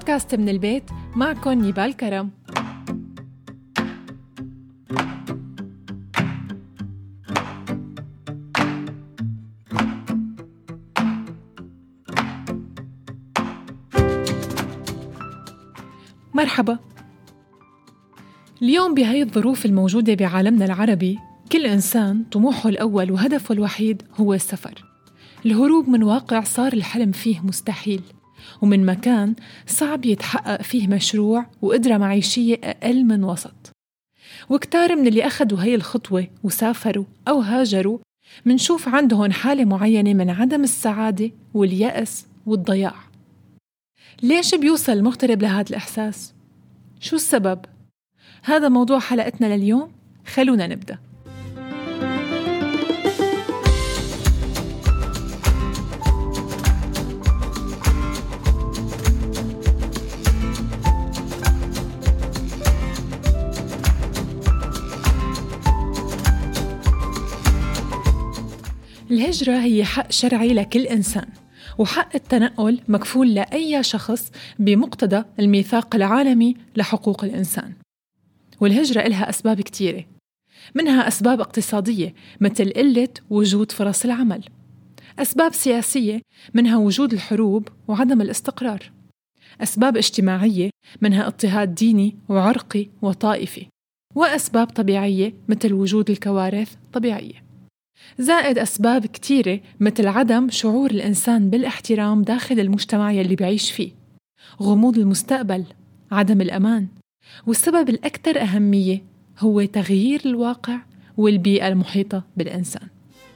بودكاست من البيت، معكم نيبال كرم. مرحبا. اليوم بهاي الظروف الموجودة بعالمنا العربي، كل إنسان طموحه الأول وهدفه الوحيد هو السفر، الهروب من واقع صار الحلم فيه مستحيل، ومن مكان صعب يتحقق فيه مشروع وقدرة معيشية أقل من وسط. وكتار من اللي أخدوا هاي الخطوة وسافروا أو هاجروا منشوف عندهم حالة معينة من عدم السعادة واليأس والضياع. ليش بيوصل المغترب لهذا الإحساس؟ شو السبب؟ هذا موضوع حلقتنا لليوم، خلونا نبدأ. الهجرة هي حق شرعي لكل إنسان، وحق التنقل مكفول لأي شخص بمقتضى الميثاق العالمي لحقوق الإنسان. والهجرة إلها أسباب كتيرة، منها أسباب اقتصادية مثل قلة وجود فرص العمل، أسباب سياسية منها وجود الحروب وعدم الاستقرار، أسباب اجتماعية منها اضطهاد ديني وعرقي وطائفي، وأسباب طبيعية مثل وجود الكوارث طبيعية، زائد أسباب كتيرة مثل عدم شعور الإنسان بالاحترام داخل المجتمع يلي بيعيش فيه، غموض المستقبل، عدم الأمان، والسبب الأكثر أهمية هو تغيير الواقع والبيئة المحيطة بالإنسان.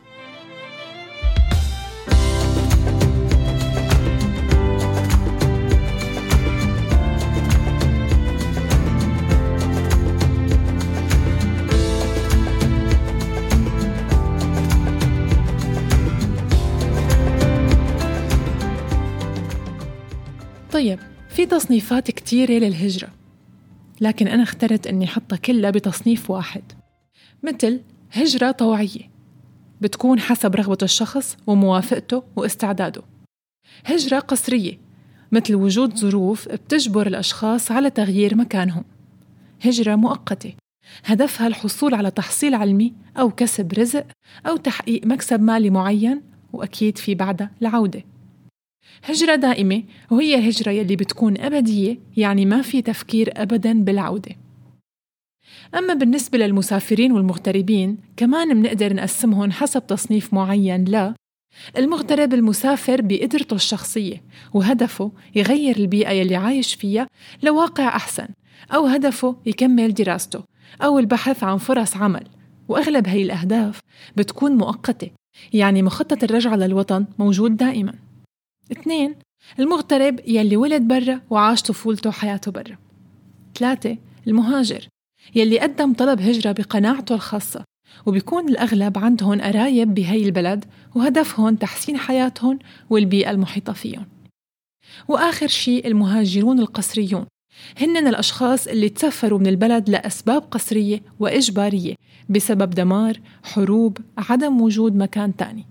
طيب، في تصنيفات كتيرة للهجرة، لكن أنا اخترت أني حطها كلها بتصنيف واحد، مثل هجرة طوعية بتكون حسب رغبة الشخص وموافقته واستعداده، هجرة قسرية مثل وجود ظروف بتجبر الأشخاص على تغيير مكانهم، هجرة مؤقتة هدفها الحصول على تحصيل علمي أو كسب رزق أو تحقيق مكسب مالي معين، وأكيد في بعدها العودة. هجرة دائمة وهي الهجرة يلي بتكون أبدية، يعني ما في تفكير أبداً بالعودة. أما بالنسبة للمسافرين والمغتربين كمان منقدر نقسمهم حسب تصنيف معين. لا، المغترب المسافر بقدرته الشخصية وهدفه يغير البيئة يلي عايش فيها لواقع أحسن، أو هدفه يكمل دراسته أو البحث عن فرص عمل، وأغلب هاي الأهداف بتكون مؤقتة، يعني مخطط الرجعة للوطن موجود دائماً. 2. المغترب يلي ولد برا وعاش طفولته وحياته برا. 3. المهاجر يلي قدم طلب هجرة بقناعته الخاصة، وبيكون الأغلب عندهم قرايب بهاي البلد وهدفهم تحسين حياتهم والبيئة المحيطة فيهم. وآخر شيء المهاجرون القسريون، هنن الأشخاص اللي تسافروا من البلد لأسباب قسرية وإجبارية بسبب دمار، حروب، عدم وجود مكان تاني.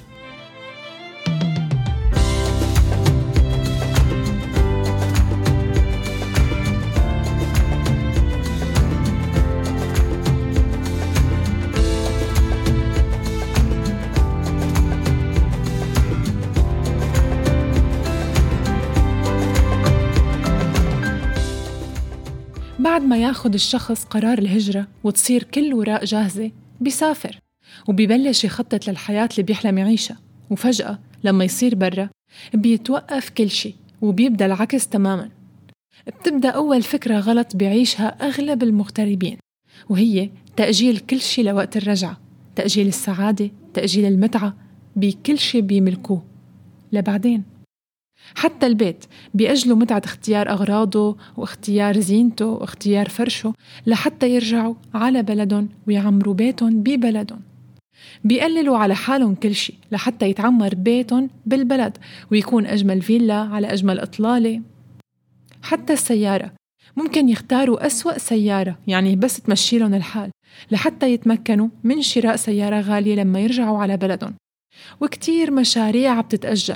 بعد ما ياخد الشخص قرار الهجرة وتصير كل وراء جاهزة، بيسافر وبيبلش يخطط للحياة اللي بيحلم يعيشها. وفجأة لما يصير برا بيتوقف كل شيء وبيبدأ العكس تماماً. بتبدأ أول فكرة غلط بيعيشها أغلب المغتربين، وهي تأجيل كل شيء لوقت الرجعة، تأجيل السعادة، تأجيل المتعة بكل شيء بيملكوه لبعدين. حتى البيت بيأجلوا متعة اختيار أغراضه واختيار زينته واختيار فرشه لحتى يرجعوا على بلدهم ويعمروا بيتهم ببلدهم. بيقللوا على حالهم كل شيء لحتى يتعمر بيتهم بالبلد ويكون أجمل فيلا على أجمل إطلالة. حتى السيارة ممكن يختاروا أسوأ سيارة، يعني بس تمشيلهم الحال، لحتى يتمكنوا من شراء سيارة غالية لما يرجعوا على بلدهم. وكتير مشاريع بتتأجل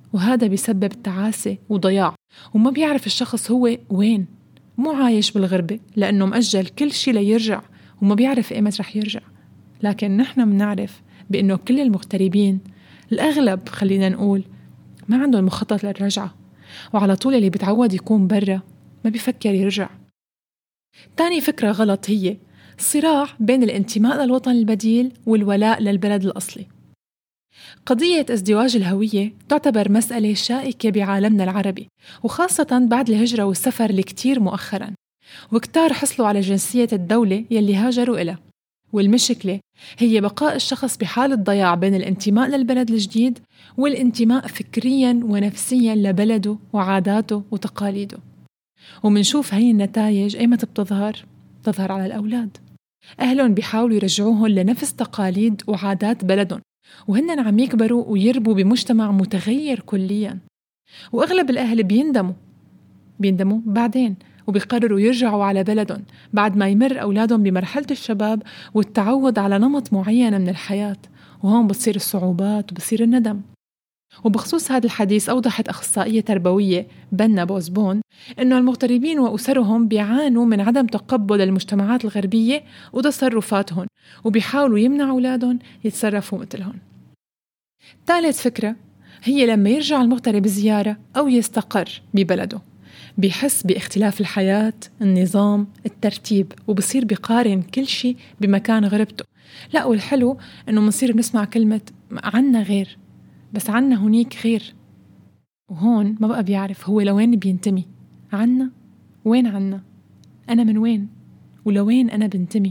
وهذا بيسبب تعاسة وضياع، وما بيعرف الشخص هو وين. مو عايش بالغربة لأنه مأجل كل شيء ليرجع وما بيعرف إيمت رح يرجع. لكن نحن منعرف بأنه كل المغتربين الأغلب خلينا نقول ما عندهم مخطط للرجعة، وعلى طول اللي بيتعود يكون برا ما بيفكر يرجع. تاني فكرة غلط هي الصراع بين الانتماء للوطن البديل والولاء للبلد الأصلي. قضية ازدواج الهوية تعتبر مسألة شائكة بعالمنا العربي، وخاصة بعد الهجرة والسفر اللي كتير مؤخراً، وكتار حصلوا على جنسية الدولة يلي هاجروا إلها. والمشكلة هي بقاء الشخص بحالة ضياع بين الانتماء للبلد الجديد والانتماء فكرياً ونفسياً لبلده وعاداته وتقاليده. ومنشوف هاي النتائج أيمت بتظهر على الأولاد. أهلهم بيحاولوا يرجعوهم لنفس تقاليد وعادات بلدهم، وهن عم يكبروا ويربوا بمجتمع متغير كلياً. وأغلب الأهل بيندموا بعدين وبيقرروا يرجعوا على بلدهم بعد ما يمر أولادهم بمرحلة الشباب والتعود على نمط معين من الحياة، وهون بتصير الصعوبات وبصير الندم. وبخصوص هذا الحديث أوضحت أخصائية تربوية بنا بوزبون إنه المغتربين وأسرهم بيعانوا من عدم تقبل المجتمعات الغربية وتصرفاتهم، وبيحاولوا يمنعوا أولادهم يتصرفوا مثلهم. ثالث فكرة هي لما يرجع المغترب زيارة أو يستقر ببلده بيحس باختلاف الحياة، النظام، الترتيب، وبصير بيقارن كل شيء بمكان غربته. لا، والحلو إنه منصير بنسمع كلمة عنا غير، بس عنا هنيك غير، وهون ما بقى بيعرف هو لوين بينتمي. عنا وين؟ عنا أنا من وين ولوين أنا بنتمي؟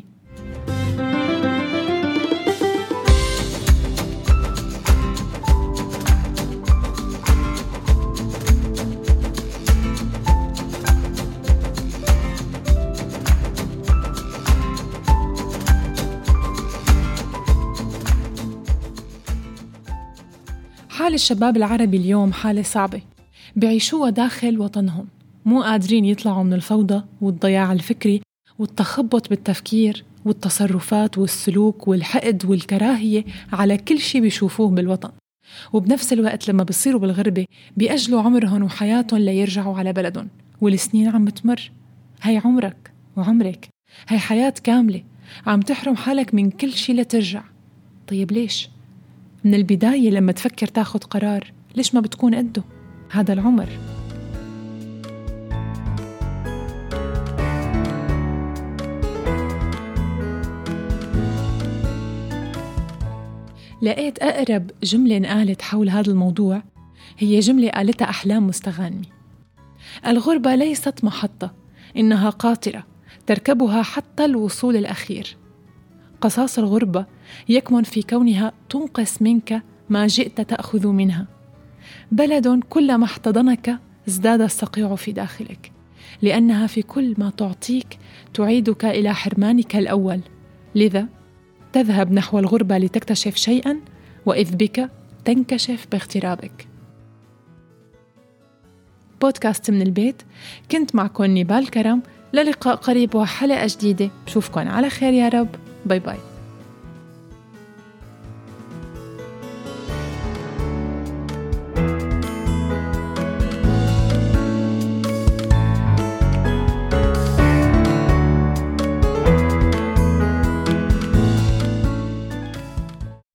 حال الشباب العربي اليوم حالة صعبة بيعيشوها داخل وطنهم، مو قادرين يطلعوا من الفوضى والضياع الفكري والتخبط بالتفكير والتصرفات والسلوك والحقد والكراهية على كل شيء بيشوفوه بالوطن. وبنفس الوقت لما بيصيروا بالغربة بيأجلوا عمرهم وحياتهم ليرجعوا على بلدهم، والسنين عم تمر. هاي عمرك وعمرك، هاي حياة كاملة عم تحرم حالك من كل شيء لترجع. طيب ليش؟ من البداية لما تفكر تاخد قرار ليش ما بتكون قده؟ هذا العمر. لقيت أقرب جملة انقالت حول هذا الموضوع هي جملة قالتها أحلام مستغانمي: الغربة ليست محطة، إنها قاطرة تركبها حتى الوصول الأخير. قصاص الغربة يكمن في كونها تنقص منك ما جئت تأخذ منها. بلد كلما احتضنك ازداد الصقيع في داخلك، لأنها في كل ما تعطيك تعيدك إلى حرمانك الأول. لذا تذهب نحو الغربة لتكتشف شيئاً، وإذ بك تنكشف باغترابك. بودكاست من البيت، كنت معكم نبال كرم. للقاء قريب وحلقة جديدة. بشوفكن على خير يا رب. باي باي.